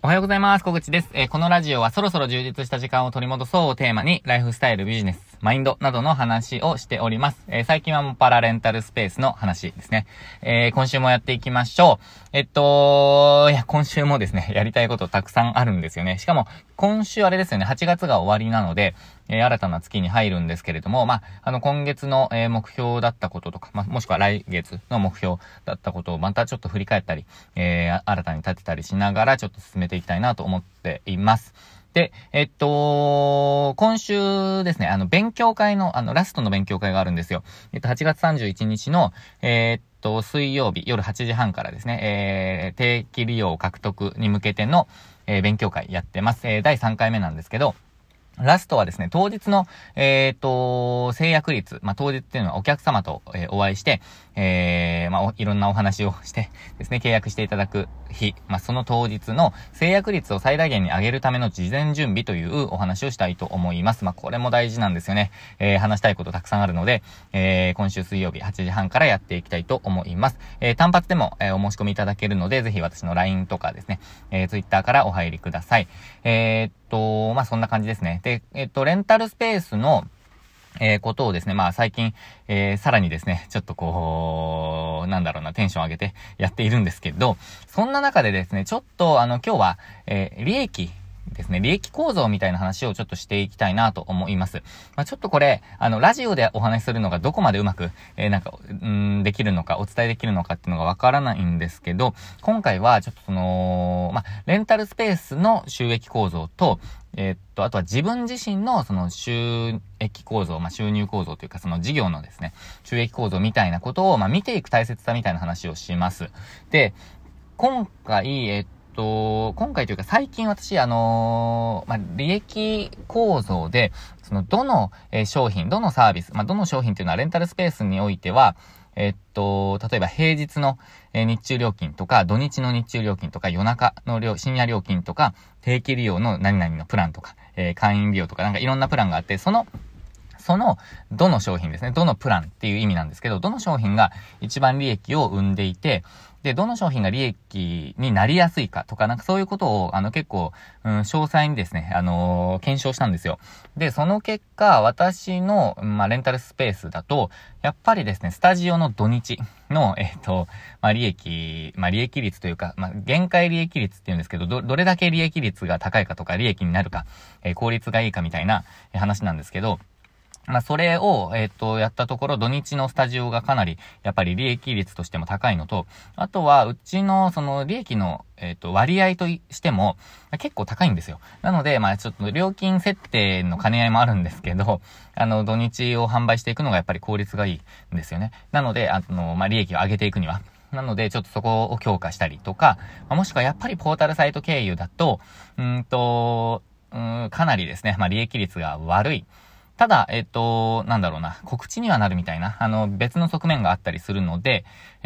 おはようございます。小口です。このラジオはそろそろ充実した時間を取り戻そうをテーマに、ライフスタイル、ビジネス、マインドなどの話をしております。最近はもっぱらレンタルスペースの話ですね。今週もやっていきましょう。今週もですね、やりたいことたくさんあるんですよね。しかも、今週あれですよね、8月が終わりなので、新たな月に入るんですけれども、今月の、目標だったこととか、もしくは来月の目標だったことをまたちょっと振り返ったり、新たに立てたりしながらちょっと進めていきたいなと思っています。で、今週ですね、勉強会の、ラストの勉強会があるんですよ。8月31日の、水曜日夜8時半からですね、定期利用獲得に向けての、勉強会やってます。第3回目なんですけど、ラストはですね、当日の、制約率、当日っていうのはお客様と、お会いして、いろんなお話をしてですね、契約していただく日、その当日の制約率を最大限に上げるための事前準備というお話をしたいと思います。これも大事なんですよね。話したいことたくさんあるので、今週水曜日8時半からやっていきたいと思います。単発でも、お申し込みいただけるので、ぜひ私の LINE とかですね、Twitter からお入りください。そんな感じですね。で、レンタルスペースの、ことをですね、最近、さらにですね、ちょっとテンション上げてやっているんですけど、そんな中でですね、ちょっと今日は、利益ですね、利益構造みたいな話をちょっとしていきたいなと思います。ちょっとこれ、ラジオでお話しするのがどこまでうまく、できるのか、お伝えできるのかっていうのがわからないんですけど、今回はちょっとレンタルスペースの収益構造と、あとは自分自身のその収益構造、収入構造というかその事業のですね、収益構造みたいなことを、見ていく大切さみたいな話をします。で、今回というか最近私、利益構造で、どの商品、どのサービス、どの商品っていうのはレンタルスペースにおいては、例えば平日の日中料金とか、土日の日中料金とか、夜中の深夜料金とか、定期利用の何々のプランとか、会員利用とかいろんなプランがあって、その、どの商品ですね、どのプランっていう意味なんですけど、どの商品が一番利益を生んでいて、で、どの商品が利益になりやすいかとか、そういうことを、結構、詳細にですね、検証したんですよ。で、その結果、私の、レンタルスペースだと、やっぱりですね、スタジオの土日の、利益率というか、限界利益率っていうんですけど、どれだけ利益率が高いかとか、利益になるか、効率がいいかみたいな話なんですけど、それを、やったところ、土日のスタジオがかなり、やっぱり利益率としても高いのと、あとは、うちの、利益の、割合としても、結構高いんですよ。なので、ちょっと料金設定の兼ね合いもあるんですけど、土日を販売していくのがやっぱり効率がいいんですよね。なので、利益を上げていくには。なので、ちょっとそこを強化したりとか、もしくはやっぱりポータルサイト経由だと、かなりですね、利益率が悪い。ただ、告知にはなるみたいな、別の側面があったりするので、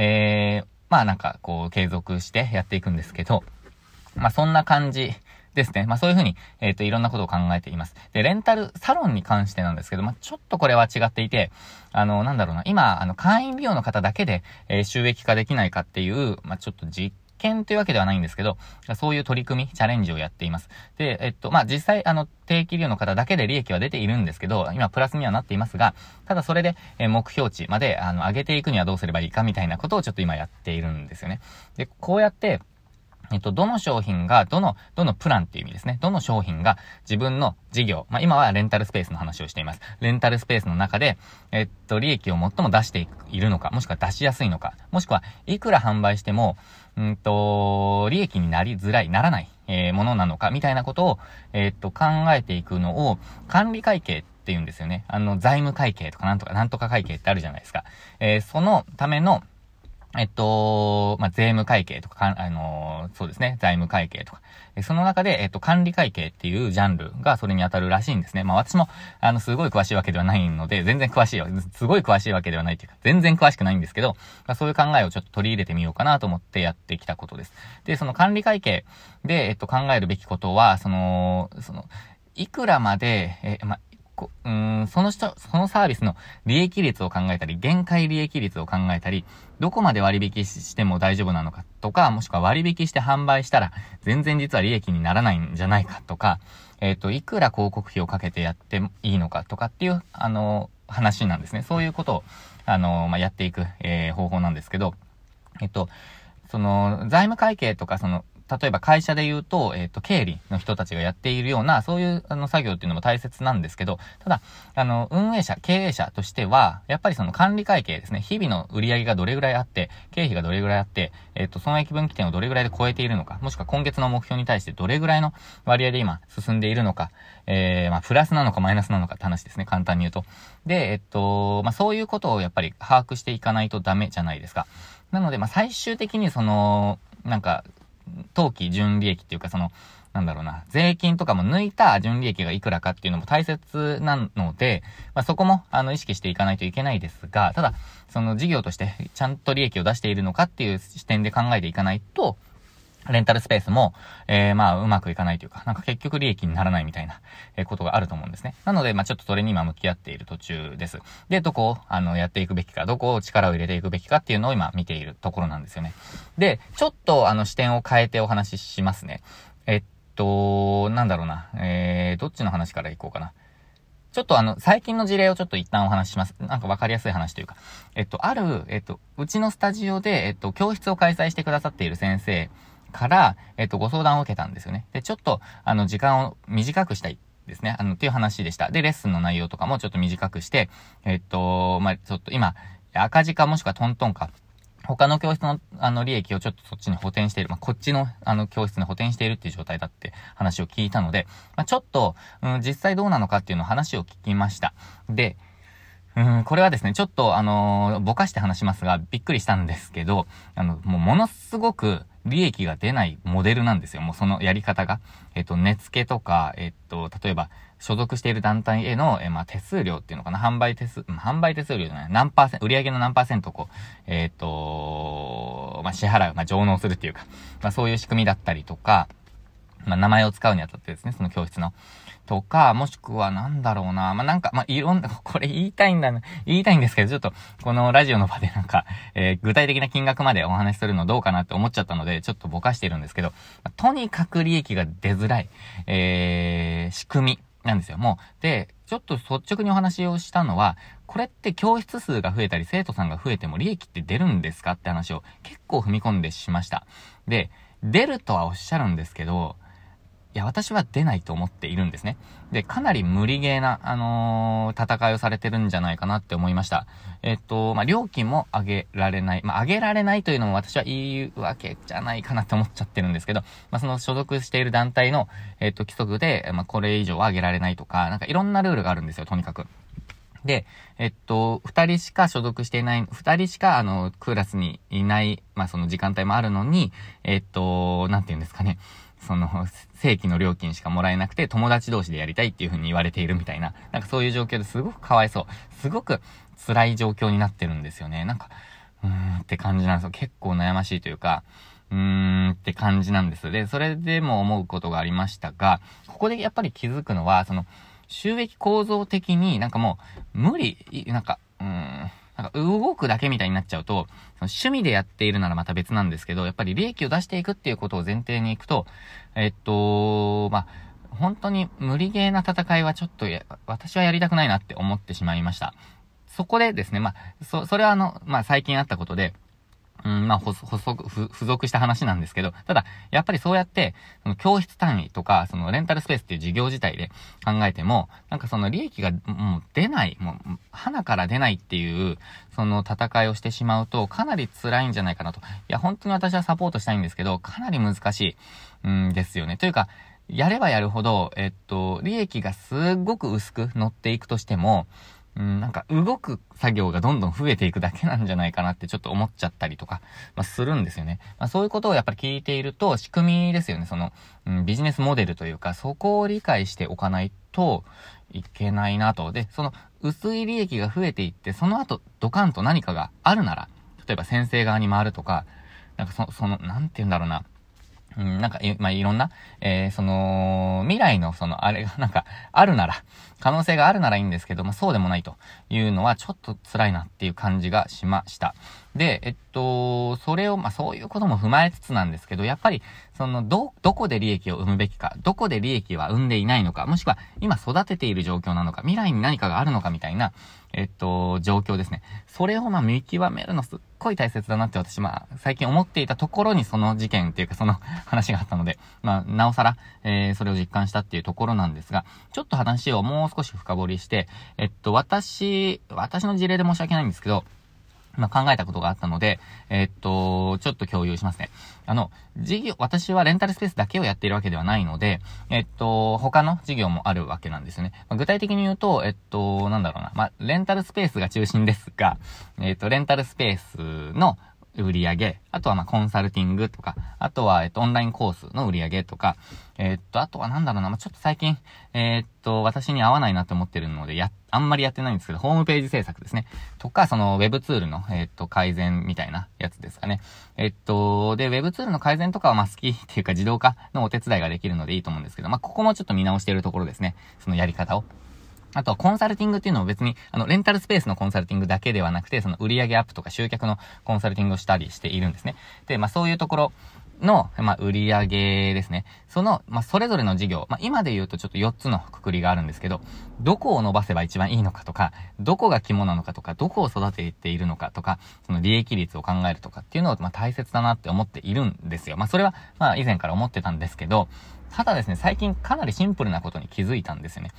継続してやっていくんですけど、そんな感じですね。そういうふうに、いろんなことを考えています。で、レンタルサロンに関してなんですけど、ちょっとこれは違っていて、今、会員利用の方だけで、収益化できないかっていう、ちょっと実験というわけではないんですけど、そういう取り組み、チャレンジをやっています。で、実際、定期利用の方だけで利益は出ているんですけど、今プラスにはなっていますが、ただそれで、目標値まで、上げていくにはどうすればいいかみたいなことをちょっと今やっているんですよね。で、こうやって、どの商品が、どのプランっていう意味ですね。どの商品が自分の事業、今はレンタルスペースの話をしています。レンタルスペースの中で、利益を最も出しているのか、もしくは出しやすいのか、もしくはいくら販売しても、利益にならない、ものなのか、みたいなことを、考えていくのを、管理会計っていうんですよね。財務会計とかなんとか会計ってあるじゃないですか。そのための、税務会計とか、そうですね、財務会計とか。その中で、管理会計っていうジャンルがそれに当たるらしいんですね。私も、すごい詳しいわけではないので、すごい詳しいわけではないというか、全然詳しくないんですけど、そういう考えをちょっと取り入れてみようかなと思ってやってきたことです。で、その管理会計で、考えるべきことは、いくらまで、 そのサービスの利益率を考えたり、限界利益率を考えたり、どこまで割引しても大丈夫なのかとか、もしくは割引して販売したら、全然実は利益にならないんじゃないかとか、いくら広告費をかけてやっていいのかとかっていう、話なんですね。そういうことを、やっていく、方法なんですけど、財務会計とか、例えば会社で言うと、経理の人たちがやっているような、そういう、作業っていうのも大切なんですけど、ただ、運営者、経営者としては、やっぱり管理会計ですね、日々の売り上げがどれぐらいあって、経費がどれぐらいあって、損益分岐点をどれぐらいで超えているのか、もしくは今月の目標に対してどれぐらいの割合で今進んでいるのか、プラスなのかマイナスなのかって話ですね、簡単に言うと。で、そういうことをやっぱり把握していかないとダメじゃないですか。なので、最終的に当期純利益っていうか税金とかも抜いた純利益がいくらかっていうのも大切なので、そこも意識していかないといけないですが、ただ、事業としてちゃんと利益を出しているのかっていう視点で考えていかないと、レンタルスペースも、うまくいかないというか、結局利益にならないみたいな、ことがあると思うんですね。なので、ちょっとそれに今向き合っている途中です。で、どこを、やっていくべきか、どこを力を入れていくべきかっていうのを今見ているところなんですよね。で、ちょっと視点を変えてお話ししますね。どっちの話からいこうかな。ちょっと最近の事例をちょっと一旦お話しします。わかりやすい話というか。うちのスタジオで、教室を開催してくださっている先生から、ご相談を受けたんですよね。で、ちょっと、時間を短くしたいですね。っていう話でした。で、レッスンの内容とかもちょっと短くして、ちょっと今、赤字かもしくはトントンか。他の教室の利益をちょっとそっちに補填している。こっちの教室に補填しているっていう状態だって話を聞いたので、ちょっと、実際どうなのかっていうのを話を聞きました。で、これはですね、ちょっとぼかして話しますが、びっくりしたんですけど、ものすごく利益が出ないモデルなんですよ。もうそのやり方が。値付けとか、例えば、所属している団体への、手数料っていうのかな、販売手数料じゃない、売上の何%を支払う、上納するっていうか、そういう仕組みだったりとか、名前を使うにあたってですね、その教室の。とか、もしくはいろんな、これ言いたいんですけど、ちょっと、このラジオの場で具体的な金額までお話しするのどうかなって思っちゃったので、ちょっとぼかしてるんですけど、とにかく利益が出づらい、仕組みなんですよ。もう、で、ちょっと率直にお話をしたのは、これって教室数が増えたり、生徒さんが増えても利益って出るんですかって話を結構踏み込んでしました。で、出るとはおっしゃるんですけど、いや、私は出ないと思っているんですね。で、かなり無理ゲーな、戦いをされてるんじゃないかなって思いました。料金も上げられない。上げられないというのも私は言うわけじゃないかなって思っちゃってるんですけど、その所属している団体の、規則で、これ以上は上げられないとか、いろんなルールがあるんですよ、とにかく。で、二人しか所属していない、二人しか、クラスにいない、その時間帯もあるのに、なんて言うんですかね。正規の料金しかもらえなくて、友達同士でやりたいっていう風に言われているみたいな、そういう状況ですごくかわいそう。すごく辛い状況になってるんですよね。って感じなんですよ。結構悩ましいというか、って感じなんです。で、それでも思うことがありましたが、ここでやっぱり気づくのは、収益構造的にもう、無理、動くだけみたいになっちゃうと、趣味でやっているならまた別なんですけど、やっぱり利益を出していくっていうことを前提にいくと、本当に無理ゲーな戦いはちょっと私はやりたくないなって思ってしまいました。そこでですね、それは最近あったことで、付属した話なんですけど、ただ、やっぱりそうやって、教室単位とか、レンタルスペースっていう事業自体で考えても、利益がもう出ない、もう、鼻から出ないっていう、戦いをしてしまうと、かなり辛いんじゃないかなと。いや、本当に私はサポートしたいんですけど、かなり難しい、ですよね。というか、やればやるほど、利益がすっごく薄く乗っていくとしても、動く作業がどんどん増えていくだけなんじゃないかなってちょっと思っちゃったりとか、するんですよね。そういうことをやっぱり聞いていると、仕組みですよね。ビジネスモデルというか、そこを理解しておかないといけないなと。で、薄い利益が増えていって、その後、ドカンと何かがあるなら、例えば先生側に回るとか、なんて言うんだろうな。 なんか、まあ、いろんな、未来のあれがなんか、あるなら、可能性があるならいいんですけど、まあ、そうでもないというのはちょっと辛いなっていう感じがしました。で、それを、まあ、そういうことも踏まえつつなんですけど、やっぱり、どこで利益を生むべきか、どこで利益は生んでいないのか、もしくは今育てている状況なのか、未来に何かがあるのかみたいな、状況ですね。それをまあ見極めるのすっごい大切だなって私最近思っていたところにその事件っていうかその話があったので、なおさら、それを実感したっていうところなんですが、ちょっと話をもう少し深掘りして、私の事例で申し訳ないんですけど、考えたことがあったので、ちょっと共有しますね。私はレンタルスペースだけをやっているわけではないので、他の事業もあるわけなんですよね。具体的に言うと、レンタルスペースが中心ですが、レンタルスペースの売り上げ、あとはコンサルティングとか、あとはオンラインコースの売り上げとか、あとはちょっと最近、私に合わないなって思ってるので、あんまりやってないんですけど、ホームページ制作ですね。とか、ウェブツールの、改善みたいなやつですかね。で、ウェブツールの改善とかは好きっていうか自動化のお手伝いができるのでいいと思うんですけど、ここもちょっと見直しているところですね。そのやり方を。あとはコンサルティングっていうのを別に、レンタルスペースのコンサルティングだけではなくて、売上アップとか集客のコンサルティングをしたりしているんですね。で、そういうところの、売上ですね。それぞれの事業、今で言うとちょっと4つの括りがあるんですけど、どこを伸ばせば一番いいのかとか、どこが肝なのかとか、どこを育てているのかとか、利益率を考えるとかっていうのを、大切だなって思っているんですよ。それは、以前から思ってたんですけど、ただですね、最近かなりシンプルなことに気づいたんですよね。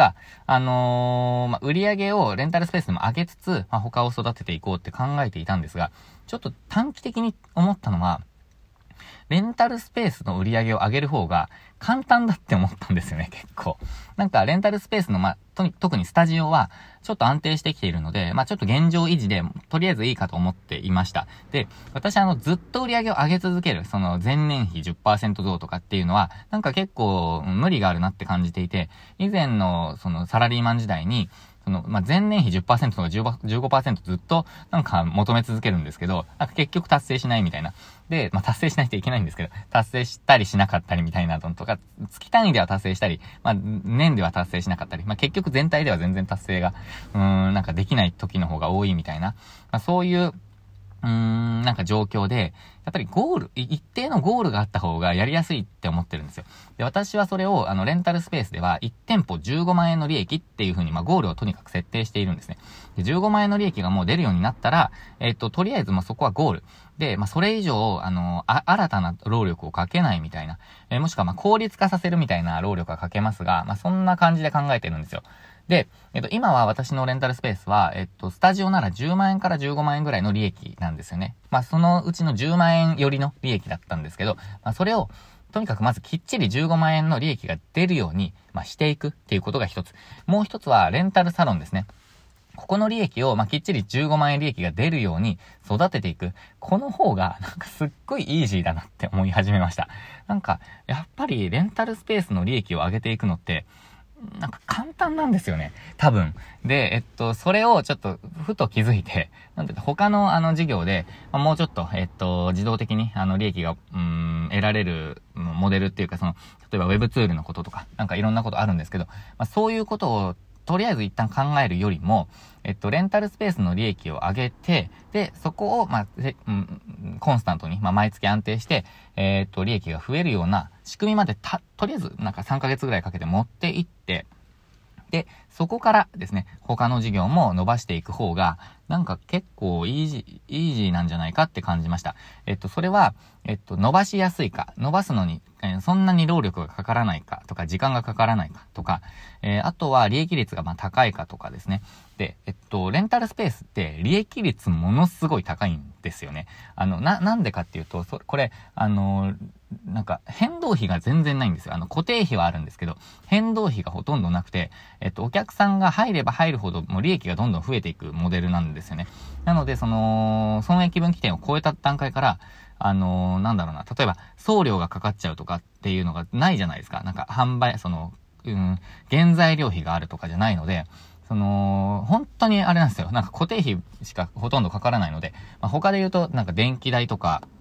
売り上げをレンタルスペースでも上げつつ、他を育てていこうって考えていたんですが、ちょっと短期的に思ったのは、レンタルスペースの売り上げを上げる方が簡単だって思ったんですよね、結構。レンタルスペースの、特にスタジオは、ちょっと安定してきているので、ちょっと現状維持で、とりあえずいいかと思っていました。で、私ずっと売り上げを上げ続ける、前年比 10% 増とかっていうのは、結構無理があるなって感じていて、以前の、サラリーマン時代に、前年比 10% とか 15% ずっと求め続けるんですけど、結局達成しないみたいな。で、達成しないといけないんですけど、達成したりしなかったりみたいなのとか、月単位では達成したり、年では達成しなかったり、結局全体では全然達成が、できない時の方が多いみたいな、そういう、状況で、やっぱり一定のゴールがあった方がやりやすいって思ってるんですよ。で、私はそれを、レンタルスペースでは、1店舗15万円の利益っていう風に、ゴールをとにかく設定しているんですね。で、15万円の利益がもう出るようになったら、とりあえずそこはゴール。で、それ以上、新たな労力をかけないみたいな、もしくは効率化させるみたいな労力はかけますが、そんな感じで考えてるんですよ。で、今は私のレンタルスペースは、スタジオなら10万円から15万円ぐらいの利益なんですよね。そのうちの10万円よりの利益だったんですけど、それを、とにかくまずきっちり15万円の利益が出るように、していくっていうことが一つ。もう一つは、レンタルサロンですね。ここの利益を、きっちり15万円利益が出るように育てていく。この方が、すっごいイージーだなって思い始めました。やっぱりレンタルスペースの利益を上げていくのって、簡単なんですよね。多分。で、それをちょっと、ふと気づいて、他の事業で、もうちょっと、自動的に、利益が、得られる、モデルっていうか、例えばウェブツールのこととか、いろんなことあるんですけど、そういうことを、とりあえず一旦考えるよりも、レンタルスペースの利益を上げて、で、そこを、コンスタントに、毎月安定して、利益が増えるような仕組みまでとりあえず、3ヶ月ぐらいかけて持っていって、で、そこからですね、他の事業も伸ばしていく方が、結構イージーなんじゃないかって感じました。それは、伸ばしやすいか、伸ばすのに、そんなに労力がかからないかとか、時間がかからないかとか、あとは利益率が高いかとかですね。で、レンタルスペースって利益率ものすごい高いんですよね。なんでかっていうと、これ、変動費が全然ないんですよ。固定費はあるんですけど、変動費がほとんどなくて、お客さんが入れば入るほど、もう利益がどんどん増えていくモデルなんですよね。なので、損益分岐点を超えた段階から、例えば、送料がかかっちゃうとかっていうのがないじゃないですか。販売、原材料費があるとかじゃないので、本当にあれなんですよ。固定費しかほとんどかからないので、他で言うと、電気代とか、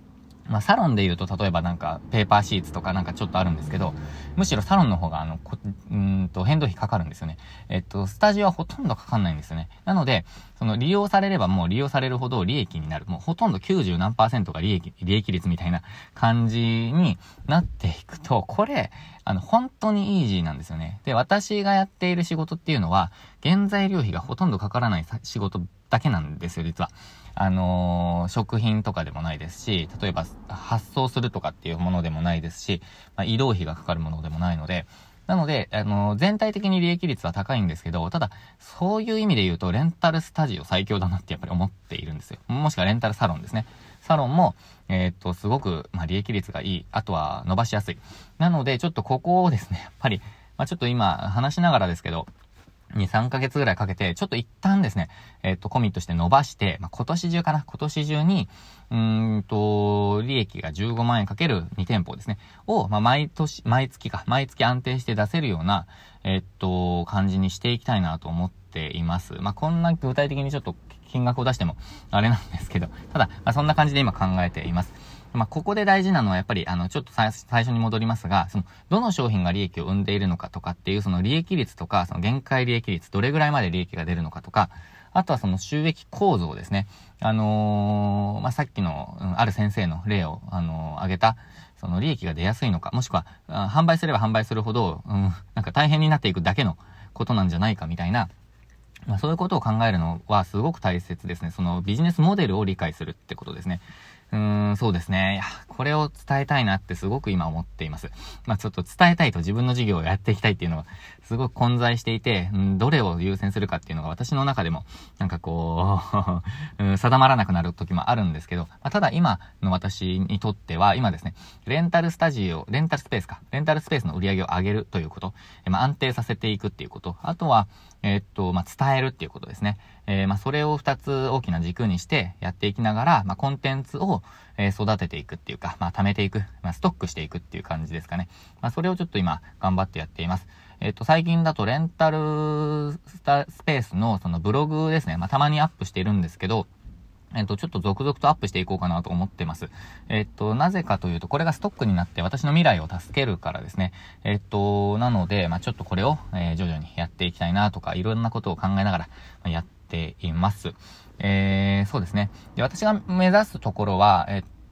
サロンで言うと、例えばなんか、ペーパーシーツとかなんかちょっとあるんですけど、むしろサロンの方が変動費かかるんですよね。スタジオはほとんどかかんないんですよね。なので、利用されればもう利用されるほど利益になる。もうほとんど90何%が利益率みたいな感じになっていくと、これ、本当にイージーなんですよね。で、私がやっている仕事っていうのは、原材料費がほとんどかからない仕事だけなんですよ、実は。食品とかでもないですし、例えば発送するとかっていうものでもないですし、移動費がかかるものでもないので、なので、全体的に利益率は高いんですけど、ただ、そういう意味で言うと、レンタルスタジオ最強だなってやっぱり思っているんですよ。もしくはレンタルサロンですね。サロンも、すごく、利益率がいい。あとは伸ばしやすい。なので、ちょっとここをですね、やっぱり、ちょっと今、話しながらですけど、2、3ヶ月ぐらいかけて、ちょっと一旦ですね、コミットして伸ばして、今年中に、利益が15万円かける2店舗ですね、を、毎月安定して出せるような、感じにしていきたいなと思っています。こんな具体的にちょっと金額を出しても、あれなんですけど、ただ、そんな感じで今考えています。ここで大事なのはやっぱり、ちょっと最初に戻りますが、どの商品が利益を生んでいるのかとかっていう、利益率とか、限界利益率、どれぐらいまで利益が出るのかとか、あとは収益構造ですね。さっきの、ある先生の例を、挙げた、利益が出やすいのか、もしくは、販売すれば販売するほど、なんか大変になっていくだけのことなんじゃないかみたいな、そういうことを考えるのはすごく大切ですね。ビジネスモデルを理解するってことですね。そうですね。いや、これを伝えたいなってすごく今思っています。ちょっと伝えたいと自分の事業をやっていきたいっていうのがすごく混在していて、どれを優先するかっていうのが私の中でもなんかこう、定まらなくなる時もあるんですけど、ただ今の私にとっては今ですね、レンタルスペースの売り上げを上げるということ、安定させていくっていうこと、あとは、伝えるっていうことですね。それを2つ大きな軸にしてやっていきながら、コンテンツを、育てていくっていうか、貯めていく、ストックしていくっていう感じですかね。それをちょっと今頑張ってやっています。最近だとレンタルスペースのブログですね。たまにアップしているんですけど、ちょっと続々とアップしていこうかなと思ってます。なぜかというと、これがストックになって私の未来を助けるからですね。なので、ちょっとこれを、徐々にやっていきたいなとか、いろんなことを考えながら、やっています。そうですね。で、私が目指すところは、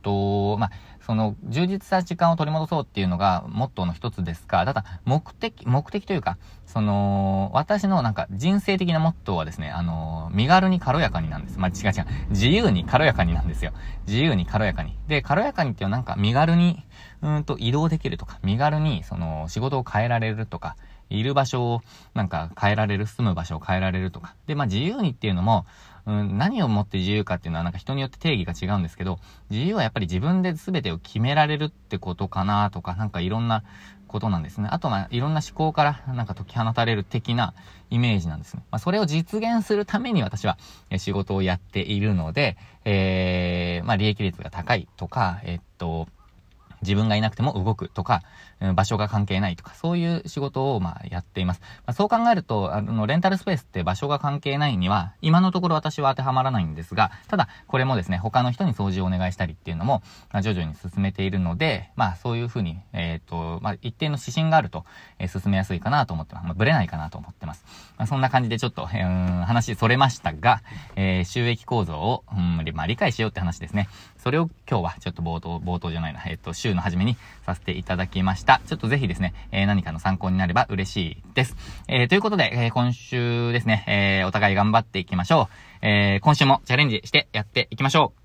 充実した時間を取り戻そうっていうのがモットーの一つですが、ただ、目的というか、私のなんか人生的なモットーはですね、身軽に軽やかになんです。違う。自由に軽やかになんですよ。自由に軽やかに。で、軽やかにっていうのはなんか身軽に、移動できるとか、身軽に、仕事を変えられるとか、いる場所をなんか変えられる、住む場所を変えられるとか。で、自由にっていうのも、何をもって自由かっていうのはなんか人によって定義が違うんですけど、自由はやっぱり自分で全てを決められるってことかなとか、なんかいろんなことなんですね。あといろんな思考からなんか解き放たれる的なイメージなんですね。それを実現するために私は仕事をやっているので、利益率が高いとか、自分がいなくても動くとか、場所が関係ないとか、そういう仕事をやっています。そう考えると、レンタルスペースって場所が関係ないには、今のところ私は当てはまらないんですが、ただ、これもですね、他の人に掃除をお願いしたりっていうのも、徐々に進めているので、そういうふうに、一定の指針があると、進めやすいかなと思ってます。ブレないかなと思ってます。そんな感じでちょっと、話それましたが、収益構造を、理解しようって話ですね。それを今日はちょっと冒頭じゃないな、週の初めにさせていただきました。ちょっとぜひですね、何かの参考になれば嬉しいです。ということで、今週ですね、お互い頑張っていきましょう。今週もチャレンジしてやっていきましょう。